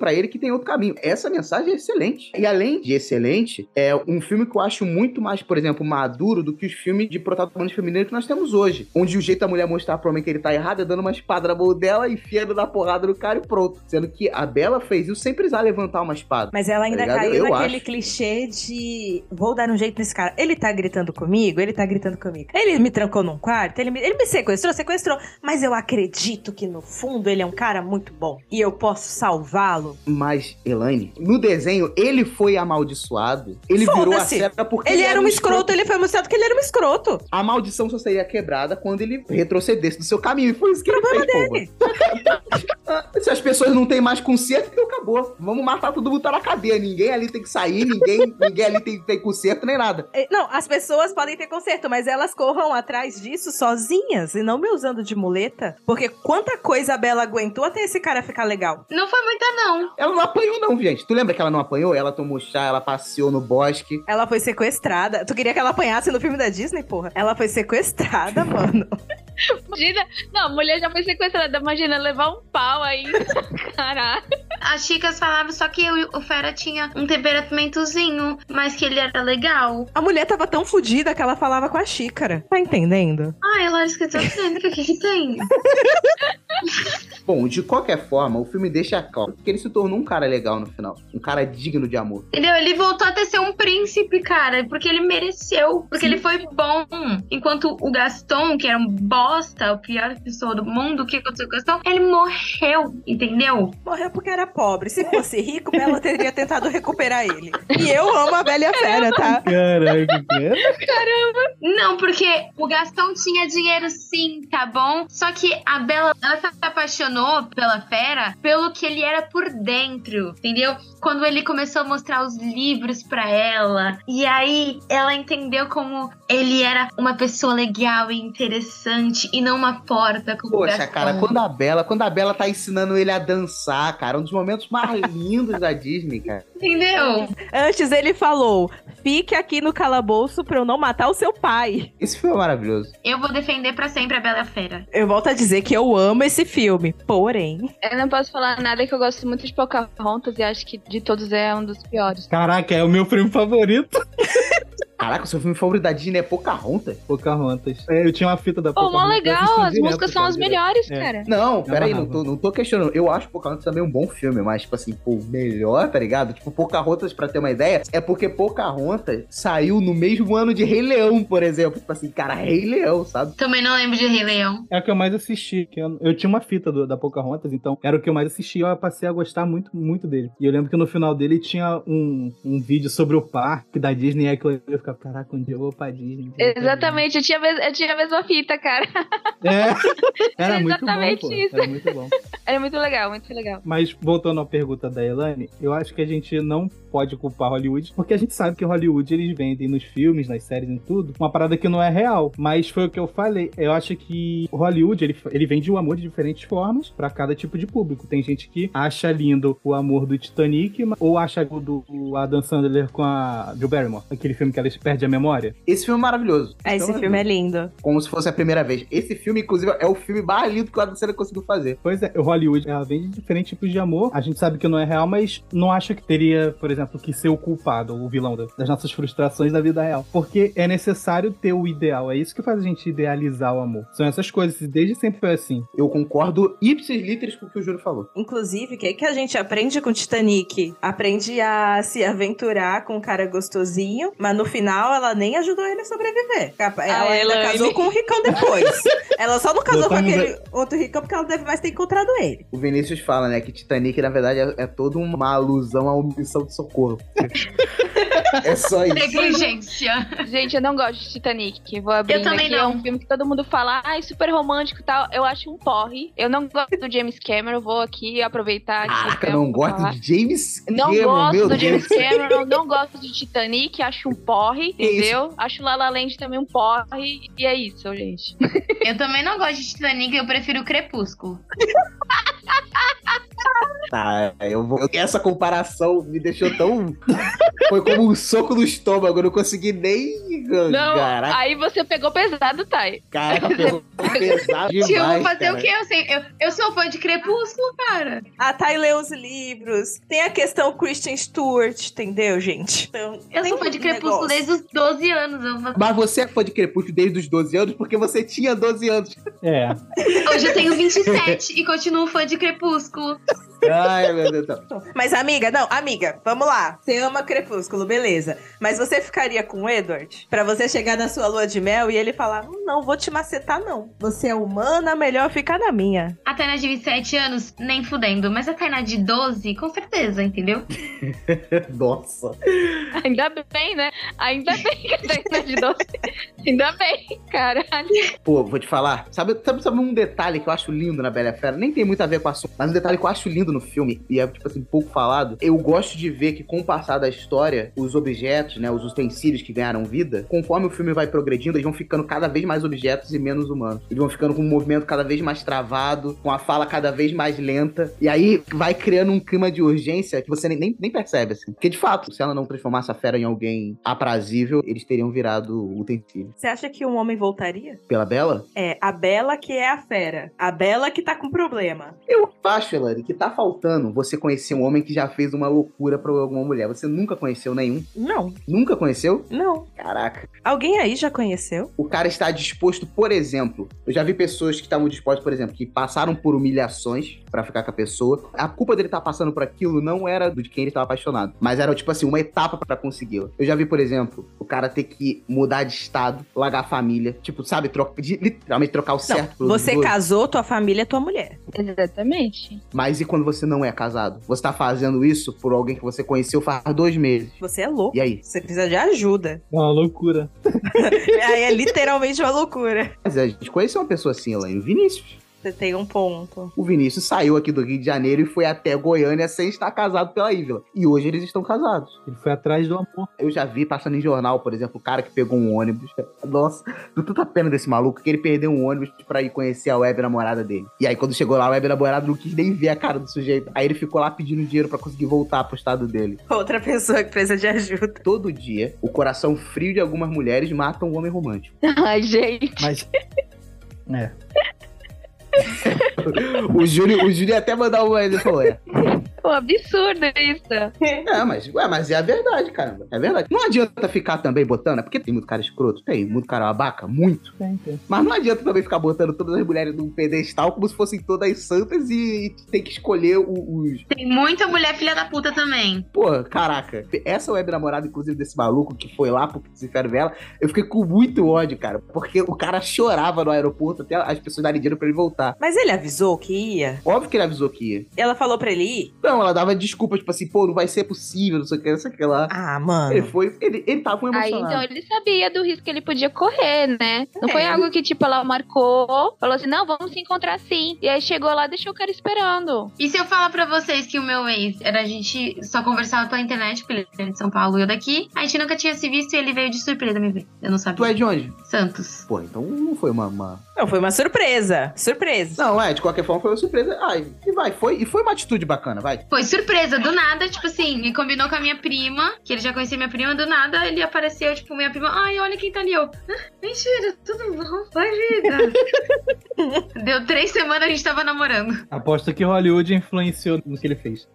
pra ele que tem outro caminho. Essa mensagem é excelente. E além de excelente, é um filme que eu acho muito mais, por exemplo, maduro do que os filmes de protagonista feminino que nós temos hoje. Onde o jeito da mulher mostrar pro homem que ele tá errado é dando uma espada na mão dela, enfiando na porrada no cara e pronto. Sendo que a Bella fez isso sem precisar levantar uma espada. Mas ela ainda tá caiu eu naquele acho. clichê de vou dar um jeito nesse cara. Ele tá gritando comigo, ele tá gritando comigo. Ele me trancou num quarto, ele me, ele me sequestrou, sequestrou. Mas eu acredito que no fundo ele é um cara muito bom. E eu posso salvá-lo. Mas, Elaine, no desenho, ele foi amaldiçoado. Ele virou a Foda-se. cega porque Ele era um escroto, ele foi anunciado que ele era um escroto. A maldição só seria quebrada quando ele retrocedesse do seu caminho. E foi isso que ele fez, dele. pô. Se as pessoas não têm mais conserto, então acabou. Vamos matar todo mundo, tá na cadeia. Ninguém ali tem que sair, ninguém, ninguém ali tem, tem conserto, nem nada. É, Não, as pessoas podem ter conserto, mas elas corram atrás disso sozinhas e não me usando de muleta. Porque quanta coisa a Bella aguentou até esse cara ficar legal. Não foi muita, não. Ela não apanhou não, gente. Tu lembra que ela não apanhou? Ela tomou chá, ela passeou no bosque. Ela foi sequestrada. Tu queria que ela apanhasse no filme da Disney, porra? Ela foi sequestrada, mano. Imagina. Não, a mulher já foi sequestrada. Imagina levar um pau aí. Caralho. As chicas falavam só que o, o Fera tinha um temperamentozinho, mas que ele era legal. A mulher tava tão fodida que ela falava com a xícara. Tá entendendo? Ai, Larissa, que eu tô dizendo que o que que tem? Bom, de qualquer forma, o filme deixa claro que ele se tornou um cara legal no final. Um cara digno de amor. Entendeu? Ele voltou a ter ser um príncipe, cara, porque ele mereceu, porque Sim. ele foi bom. Enquanto o Gaston, que era um bosta, o pior pessoa do mundo, o que aconteceu com o Gaston? Ele morreu, entendeu? Morreu porque era pobre. Se fosse rico, Bella teria tentado recuperar ele. E eu amo a Bela e a Fera, tá? Caraca, que é? Caramba! Não, porque o Gaston tinha dinheiro sim, tá bom? Só que a Bella, ela se apaixonou pela Fera pelo que ele era por dentro, entendeu? Quando ele começou a mostrar os livros pra ela. E aí, ela entendeu como ele era uma pessoa legal e interessante e não uma porta como Poxa, o Gaston. cara, quando a Bella, quando a Bella tá ensinando ele a dançar, cara, um dos momentos mais lindos da Disney, cara. Entendeu? Antes ele falou, fique aqui no calabouço pra eu não matar o seu pai. Esse filme é maravilhoso. Eu vou defender pra sempre a Bela e a Fera. Eu volto a dizer que eu amo esse filme, porém... Eu não posso falar nada que eu gosto muito de Pocahontas e acho que de todos é um dos piores. Caraca, é o meu filme favorito. Caraca, o seu filme favorito da Disney é Pocahontas? Pocahontas. É, eu tinha uma fita da Pô, Pocahontas. mó legal, as músicas são as melhores, é. cara. Não, peraí, Não, não tô, não tô questionando. Eu acho Pocahontas também um bom filme, mas, tipo assim, pô, melhor, tá ligado? Tipo, Pocahontas, pra ter uma ideia, é porque Pocahontas saiu no mesmo ano de Rei Leão, por exemplo. Tipo assim, cara, Rei Leão, sabe? Também não lembro de Rei Leão. É o que eu mais assisti. Que eu, eu tinha uma fita do, da Pocahontas, então era o que eu mais assisti e eu passei a gostar muito, muito dele. E eu lembro que no final dele tinha um, um vídeo sobre o parque da Disney e aí eu ficava, caraca, um dia eu vou pra Disney. Exatamente, eu tinha, eu tinha a mesma fita, cara. É, era muito Exatamente bom, pô. isso. Era muito bom. Era muito legal, muito legal. Mas, voltando à pergunta da Elaine, eu acho que a gente não pode culpar Hollywood, porque a gente sabe que Hollywood, eles vendem nos filmes, nas séries, em tudo, uma parada que não é real. Mas foi o que eu falei, eu acho que o Hollywood, ele, ele vende o amor de diferentes formas pra cada tipo de público. Tem gente que acha lindo o amor do Titanic, ou acha o do o Adam Sandler com a Drew Barrymore, aquele filme que ela perde a memória. Esse filme é maravilhoso. Esse, esse filme é lindo. Como se fosse a primeira vez. Esse filme, inclusive, é o filme mais lindo que o Adam Sandler conseguiu fazer. Pois é, o Hollywood, ela vende diferentes tipos de amor. A gente sabe que não é real, mas não acha que teria, por exemplo, que ser o culpado, o vilão das nossas frustrações da vida real. Porque é necessário ter o ideal. É isso que faz a gente idealizar o amor. São essas coisas. E desde sempre foi assim. Eu concordo ipsis literis com o que o Júlio falou. Inclusive, o que, que a gente aprende com Titanic? Aprende a se aventurar com um cara gostosinho, mas no final ela nem ajudou ele a sobreviver. Ela Ah, ainda ela- casou com um ricão depois. Ela só não casou com Botamos aquele outro ricão porque ela deve mais ter encontrado ele. O Vinícius fala, né, que Titanic, na verdade, é, é toda uma alusão a uma missão de socorro. É só isso. Negligência. Gente, eu não gosto de Titanic. Vou abrir Eu também aqui. não. É um filme que todo mundo fala, ai, super romântico e tal. Eu acho um porre. Eu não gosto do James Cameron. Vou aqui aproveitar que Caraca, tem não algo pra gosto falar. de James Não Cameron, gosto meu do Deus. James Cameron, não gosto de Titanic, acho um porre, entendeu? Acho La La Land também um porre, e é isso, gente. Eu também não gosto de Titanic, eu prefiro o Crepúsculo. Tá, eu vou... Essa comparação me deixou tão... Foi como um soco no estômago, eu não consegui nem Não, Caraca. aí você pegou pesado, Thay. Caraca, pegou pesado demais, Tio, vou fazer cara. o quê? Eu, sei, eu, eu sou fã de Crepúsculo, cara. A Thay lê os livros. Tem a questão Kristen Stewart, entendeu, gente? Então, Eu tem sou fã de um Crepúsculo negócio. desde os doze anos. Eu vou... Mas você é fã de Crepúsculo desde os doze anos porque você tinha doze anos. É. Hoje eu tenho vinte e sete e continuo fã de Crepúsculo. Ai, meu Deus do céu. Mas, amiga, não, amiga, vamos lá. Você ama Crepúsculo, beleza. Mas você ficaria com o Edward? Pra você chegar na sua lua de mel e ele falar, "Hum, não, vou te macetar, não. Você é humana, melhor ficar na minha." A Tainá de vinte e sete anos, nem fudendo. Mas a Tainá de doze, com certeza, entendeu? Nossa. Ainda bem, né? Ainda bem que a Tainá de doze. Ainda bem, caralho. Pô, vou te falar. Sabe, sabe, sabe um detalhe que eu acho lindo na Bela e a Fera? Nem tem muito a ver com o assunto, mas um detalhe que eu acho lindo no filme, e é, tipo assim, pouco falado. Eu gosto de ver que, com o passar da história, os objetos, né, os utensílios que ganharam vida, conforme o filme vai progredindo, eles vão ficando cada vez mais objetos e menos humanos. Eles vão ficando com um movimento cada vez mais travado, com a fala cada vez mais lenta, e aí vai criando um clima de urgência que você nem, nem, nem percebe, assim. Porque, de fato, se ela não transformasse a Fera em alguém aprazível, eles teriam virado utensílio. Você acha que um homem voltaria? Pela Bela? É, a Bela que é a fera. A Bela que tá com problema. Eu acho, Elane, que tá faltando você conhecer um homem que já fez uma loucura pra alguma mulher. Você nunca conheceu nenhum? Não, Nunca conheceu? não. Caraca. Alguém aí já conheceu? O cara está disposto, por exemplo, eu já vi pessoas que estavam dispostas, por exemplo, que passaram por humilhações pra ficar com a pessoa. A culpa dele estar passando por aquilo não era de quem ele estava apaixonado, mas era, tipo assim, uma etapa pra conseguí-la. Eu já vi, por exemplo, o cara ter que mudar de estado, largar a família, tipo, sabe, troca, de, literalmente trocar o certo Não, pelo você duvidoso. casou, tua família é tua mulher. Exatamente. Mas e quando você não é casado? Você tá fazendo isso por alguém que você conheceu faz dois meses. Você é louco. E aí? Você precisa de ajuda. É uma loucura. Aí é literalmente uma loucura. Mas a gente conheceu uma pessoa assim, Elaine, o Vinícius. Você tem um ponto. O Vinícius saiu aqui do Rio de Janeiro e foi até Goiânia sem estar casado pela Ívila. E hoje eles estão casados. Ele foi atrás do amor. Eu já vi passando em jornal, por exemplo, o cara que pegou um ônibus. Nossa, deu tanta pena desse maluco que ele perdeu um ônibus pra ir conhecer a web namorada dele. E aí quando chegou lá, a web namorada não quis nem ver a cara do sujeito. Aí ele ficou lá pedindo dinheiro pra conseguir voltar pro estado dele. Outra pessoa que precisa de ajuda. Todo dia, o coração frio de algumas mulheres mata um homem romântico. Ai, gente. Mas. É. O Júlio, o Júlio ia até mandar uma, ele falou, é. Pô, absurdo isso. É, mas, ué, mas é a verdade, caramba. É verdade. Não adianta ficar também botando, é porque tem muito cara escroto, tem muito cara babaca, muito. Tem, tem. Mas não adianta também ficar botando todas as mulheres num pedestal como se fossem todas santas e, e tem que escolher o- os... Tem muita mulher filha da puta também. Pô, caraca. Essa web namorada, inclusive, desse maluco que foi lá pro Crucifério dela, eu fiquei com muito ódio, cara. Porque o cara chorava no aeroporto até as pessoas darem dinheiro pra ele voltar. Mas ele avisou que ia? Óbvio que ele avisou que ia. Ela falou pra ele ir? Não, ela dava desculpa, tipo assim, pô, não vai ser possível, não sei o que, não sei o que lá. Ah, Ele mano. foi, ele, ele tava Aí, emocionado. então, ele sabia do risco que ele podia correr, né? Não É. foi algo que, tipo, ela marcou, falou assim, não, vamos se encontrar sim. E aí chegou lá e deixou o cara esperando. E se eu falar pra vocês que o meu ex era a gente só conversava pela internet, porque ele era de São Paulo e eu daqui, a gente nunca tinha se visto e ele veio de surpresa me ver. Eu não Tu sabia. é de onde? Santos. Pô, então não foi uma... uma... Não, foi uma surpresa. Surpresa. Não, é, de qualquer forma foi uma surpresa. Ai, e vai, foi, e foi uma atitude bacana, vai. Foi surpresa, do nada, tipo assim, ele combinou com a minha prima, que ele já conhecia minha prima, do nada ele apareceu, tipo, minha prima, ai, olha quem tá ali, eu, ah, mentira, tudo bom, vai, vida. Deu três semanas a gente tava namorando. Aposto que Hollywood influenciou no que ele fez.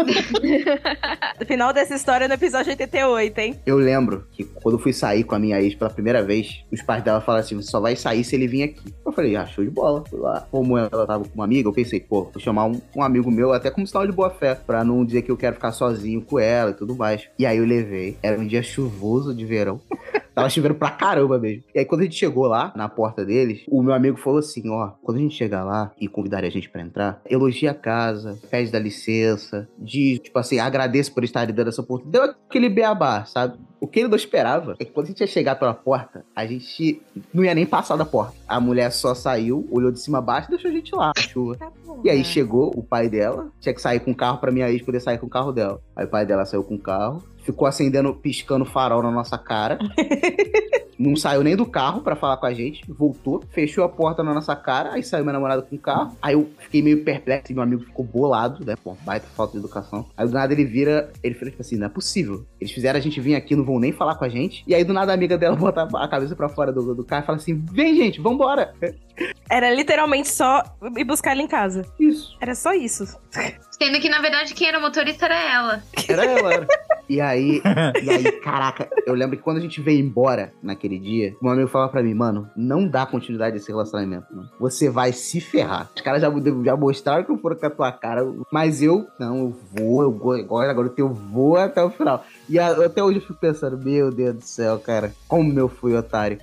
No final dessa história no episódio oitenta e oito, hein? Eu lembro que quando eu fui sair com a minha ex pela primeira vez, os pais dela falaram assim, você só vai sair se ele vir aqui. Eu falei, ah, show de bola. Fui lá. Como ela tava com uma amiga, eu pensei, pô, vou chamar um, um amigo meu, até como sinal de boa fé, pra não dizer que eu quero ficar sozinho com ela e tudo mais. E aí eu levei. Era um dia chuvoso de verão. Tava chovendo pra caramba mesmo. E aí, quando a gente chegou lá, na porta deles, o meu amigo falou assim, ó, quando a gente chegar lá e convidarem a gente pra entrar, elogia a casa, pede da licença, diz, tipo assim, agradeço por estarem dando essa oportunidade. Deu aquele beabá, sabe? O que ele não esperava é que quando a gente ia chegar pela porta, a gente não ia nem passar da porta. A mulher só saiu, olhou de cima a baixo e deixou a gente lá. chuva. Tá bom, E aí né? chegou o pai dela, tinha que sair com o carro pra minha ex poder sair com o carro dela. Aí o pai dela saiu com o carro, ficou acendendo, piscando farol na nossa cara. Não saiu nem do carro pra falar com a gente, voltou, fechou a porta na nossa cara, aí saiu minha namorada com o carro. Aí eu fiquei meio perplexo, e meu amigo ficou bolado, né? Pô, baita falta de educação. Aí do nada ele vira, ele falou tipo assim, não é possível. Eles fizeram a gente vir aqui, não vão nem falar com a gente. E aí do nada a amiga dela bota a cabeça pra fora do, do carro e fala assim, vem gente, vambora. Era literalmente só ir buscar ele em casa. Isso. Era só isso. Sendo que, na verdade, quem era o motorista era ela. Era ela, era. E aí, e aí, caraca, eu lembro que quando a gente veio embora naquele dia, meu amigo falava pra mim, mano, não dá continuidade a esse relacionamento, mano. Você vai se ferrar. Os caras já, já mostraram que não foram com a tua cara, mas eu, não, eu vou, eu vou, agora, agora eu vou até o final. E a, até hoje eu fico pensando, meu Deus do céu, cara, como eu fui otário.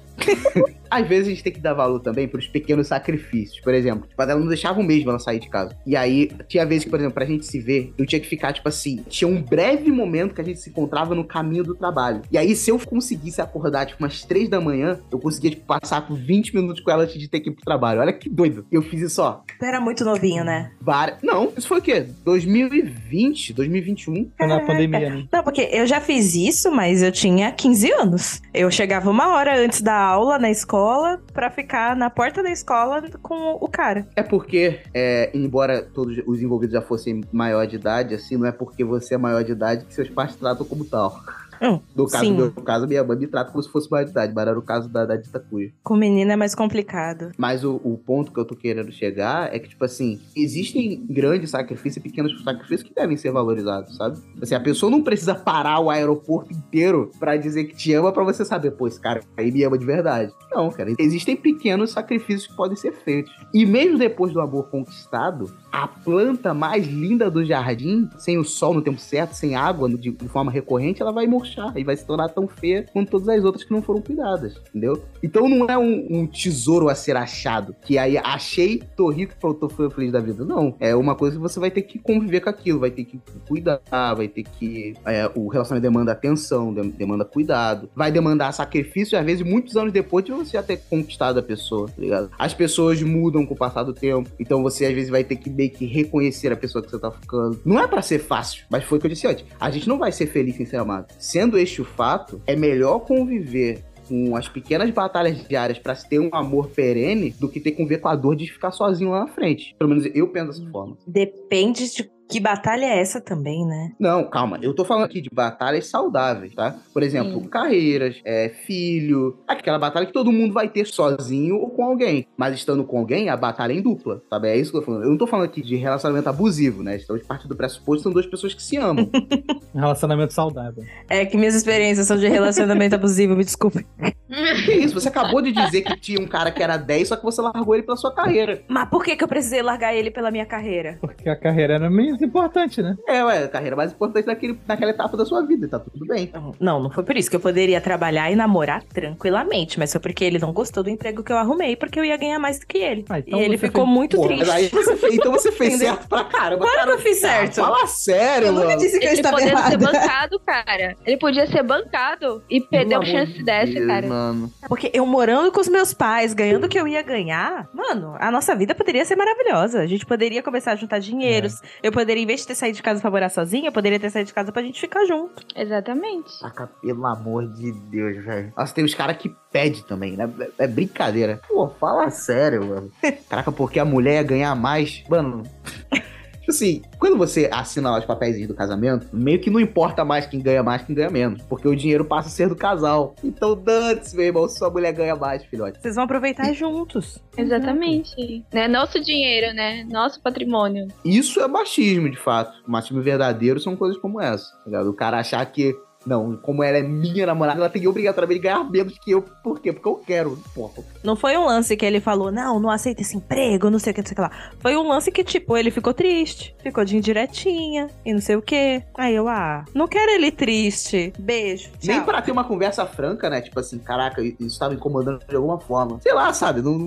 Às vezes a gente tem que dar valor também pros pequenos sacrifícios. Por exemplo, tipo, ela não deixava um mês pra ela sair de casa. E aí, tinha vezes que, por exemplo, pra gente se ver, eu tinha que ficar, tipo assim, tinha um breve momento que a gente se encontrava no caminho do trabalho. E aí, se eu conseguisse acordar, tipo, umas três da manhã, eu conseguia, tipo, passar por vinte minutos com ela antes de ter que ir pro trabalho. Olha que doido. Eu fiz isso, ó. Tu era muito novinho, né? Várias... Não, isso foi o quê? dois mil e vinte, dois mil e vinte e um. Foi na pandemia, né? Não, porque eu já fiz isso, mas eu tinha quinze anos. Eu chegava uma hora antes da aula na escola pra ficar na porta da escola com o cara. É porque, é, embora todos os envolvidos já fossem maior de idade, assim, não é porque você é maior de idade que seus pais tratam como tal. Hum, No caso, sim. meu caso, minha mãe me trata como se fosse maior de idade, mas era o caso da, da Dita Cuia. Com menina é mais complicado. Mas o, o ponto que eu tô querendo chegar é que, tipo assim, existem grandes sacrifícios e pequenos sacrifícios que devem ser valorizados, sabe? Assim, a pessoa não precisa parar o aeroporto inteiro pra dizer que te ama pra você saber, pô, esse cara aí me ama de verdade. Não, cara, existem pequenos sacrifícios que podem ser feitos. E mesmo depois do amor conquistado, a planta mais linda do jardim, sem o sol no tempo certo, sem água de, de forma recorrente, ela vai murchar e vai se tornar tão feia quanto todas as outras que não foram cuidadas, entendeu? Então não é um, um tesouro a ser achado, que aí achei, tô rico e tô feliz da vida. Não, é uma coisa que você vai ter que conviver com aquilo, vai ter que cuidar, vai ter que... É, o relacionamento demanda atenção, demanda cuidado, vai demandar sacrifício, às vezes muitos anos depois de você já ter conquistado a pessoa, tá ligado? As pessoas mudam com o passar do tempo, então você às vezes vai ter que meio que reconhecer a pessoa que você tá ficando. Não é pra ser fácil, mas foi o que eu disse antes. A gente não vai ser feliz sem ser amado. Sendo este o fato, é melhor conviver com as pequenas batalhas diárias pra se ter um amor perene do que ter que conviver com a dor de ficar sozinho lá na frente. Pelo menos eu penso dessa forma. Depende de que batalha é essa também, né? Não, calma. Eu tô falando aqui de batalhas saudáveis, tá? Por exemplo, Sim. carreiras, é, filho. Aquela batalha que todo mundo vai ter sozinho ou com alguém. Mas estando com alguém, a batalha é em dupla, sabe? É isso que eu tô falando. Eu não tô falando aqui de relacionamento abusivo, né? Estamos partindo do pressuposto que são duas pessoas que se amam. Um relacionamento saudável. É que minhas experiências são de relacionamento abusivo, me desculpe. Que isso? Você acabou de dizer que tinha um cara que era dez, só que você largou ele pela sua carreira. Mas por que que eu precisei largar ele pela minha carreira? Porque a carreira era menos importante, né? É, ué, a carreira mais importante naquele, naquela etapa da sua vida, tá tudo bem. Não, não foi por isso que eu poderia trabalhar e namorar tranquilamente, mas foi porque ele não gostou do emprego que eu arrumei, porque eu ia ganhar mais do que ele. Ah, então e ele você ficou fez- muito Pô, triste. mas aí você fez, então você fez Entendeu? certo pra caramba. Claro cara. que eu fiz certo. Ah, fala sério, Eu nunca mano. disse que eu Ele estava poderia ser errada. bancado, cara. Ele podia ser bancado e perder Pelo uma chance amor de dessa, Deus, cara. Mano. Porque eu morando com os meus pais, ganhando o que eu ia ganhar, mano, a nossa vida poderia ser maravilhosa. A gente poderia começar a juntar dinheiros. Eu poderia, em vez de ter saído de casa pra morar sozinha, eu poderia ter saído de casa pra gente ficar junto. Exatamente. Saca, pelo amor de Deus, velho. Nossa, tem os caras que pedem também, né? É brincadeira. Pô, fala sério, mano. Caraca, porque a mulher ia ganhar mais. Mano. Tipo assim, quando você assina lá os papéis do casamento, meio que não importa mais quem ganha mais, quem ganha menos. Porque o dinheiro passa a ser do casal. Então dane-se, meu irmão, sua mulher ganha mais, filhote. Vocês vão aproveitar juntos. Exatamente. É nosso dinheiro, né? Nosso patrimônio. Isso é machismo, de fato. O machismo verdadeiro são coisas como essa, tá ligado? O cara achar que, não, como ela é minha namorada, ela tem que obrigatoriamente ganhar menos que eu. Por quê? Porque eu quero. Porra. Não foi um lance que ele falou, não, não aceita esse emprego, não sei o que, não sei o que lá. Foi um lance que, tipo, ele ficou triste. Ficou de indiretinha e não sei o que. Aí eu, ah, não quero ele triste. Beijo. Tchau. Nem pra ter uma conversa franca, né? Tipo assim, caraca, isso tá me incomodando de alguma forma. Sei lá, sabe? Não, não-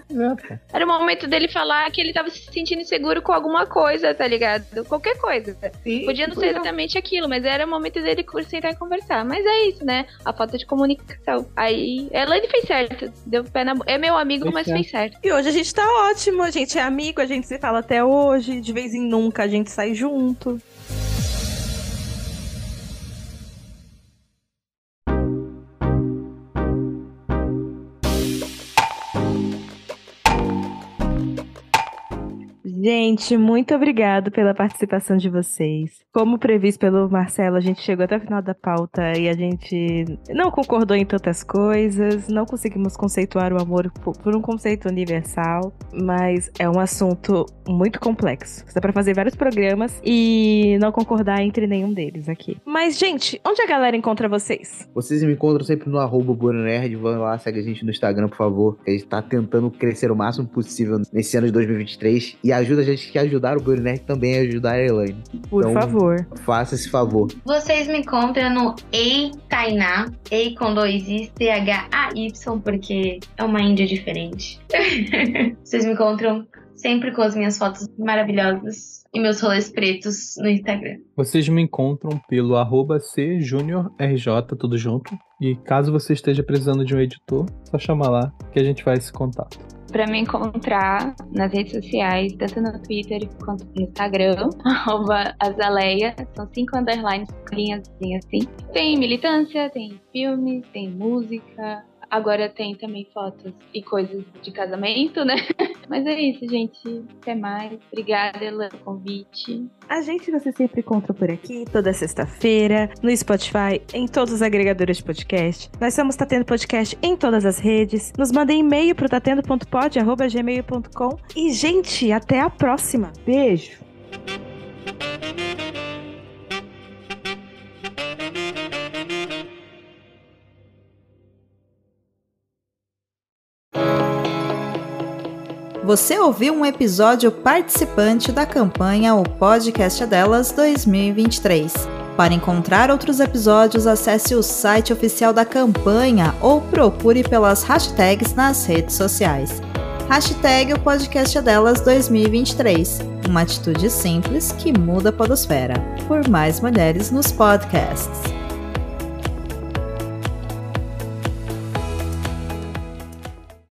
É, Era o momento dele falar que ele tava se sentindo inseguro com alguma coisa, tá ligado? Qualquer coisa. Sim, Podia não ser exatamente aquilo, mas era o momento dele sentar e conversar. Mas é isso, né? A falta de comunicação. Aí, ela ele fez certo. Deu pé na... É meu amigo, Fez mas certo. fez certo. E hoje a gente tá ótimo, a gente é amigo, a gente se fala até hoje, de vez em nunca a gente sai junto. Gente, muito obrigado pela participação de vocês. Como previsto pelo Marcelo, a gente chegou até o final da pauta e a gente não concordou em tantas coisas, não conseguimos conceituar o amor por um conceito universal, mas é um assunto muito complexo. Dá pra fazer vários programas e não concordar entre nenhum deles aqui. Mas, gente, onde a galera encontra vocês? Vocês me encontram sempre no arroba Buronerd. Vão lá, segue a gente no Instagram, por favor. A gente tá tentando crescer o máximo possível nesse ano de dois mil e vinte e três. E ajuda a gente que ajudar o Buronerd também a ajudar a Elaine. Por Então, favor. Faça esse favor. Vocês me encontram no Ei Tainá, Ei com dois Is, T H A Y, porque é uma índia diferente. Vocês me encontram sempre com as minhas fotos maravilhosas e meus rolês pretos no Instagram. Vocês me encontram pelo arroba cjuniorrj, tudo junto. E caso você esteja precisando de um editor, só chama lá que a gente faz esse contato. Pra me encontrar nas redes sociais, tanto no Twitter quanto no Instagram, arroba Azaleia, são cinco underlines, linhas assim. Tem militância, tem filmes, tem música, agora tem também fotos e coisas de casamento, né? Mas é isso, gente. Até mais. Obrigada pelo convite. A gente você sempre encontra por aqui, toda sexta-feira, no Spotify, em todos os agregadores de podcast. Nós somos Tatendo Podcast em todas as redes. Nos mandem e-mail pro tatendo ponto pod arroba gmail ponto com. E, gente, até a próxima. Beijo! Você ouviu um episódio participante da campanha O Podcast é Delas dois mil e vinte e três. Para encontrar outros episódios, acesse o site oficial da campanha ou procure pelas hashtags nas redes sociais. Hashtag O Podcast é Delas dois mil e vinte e três. Uma atitude simples que muda a podosfera. Por mais mulheres nos podcasts.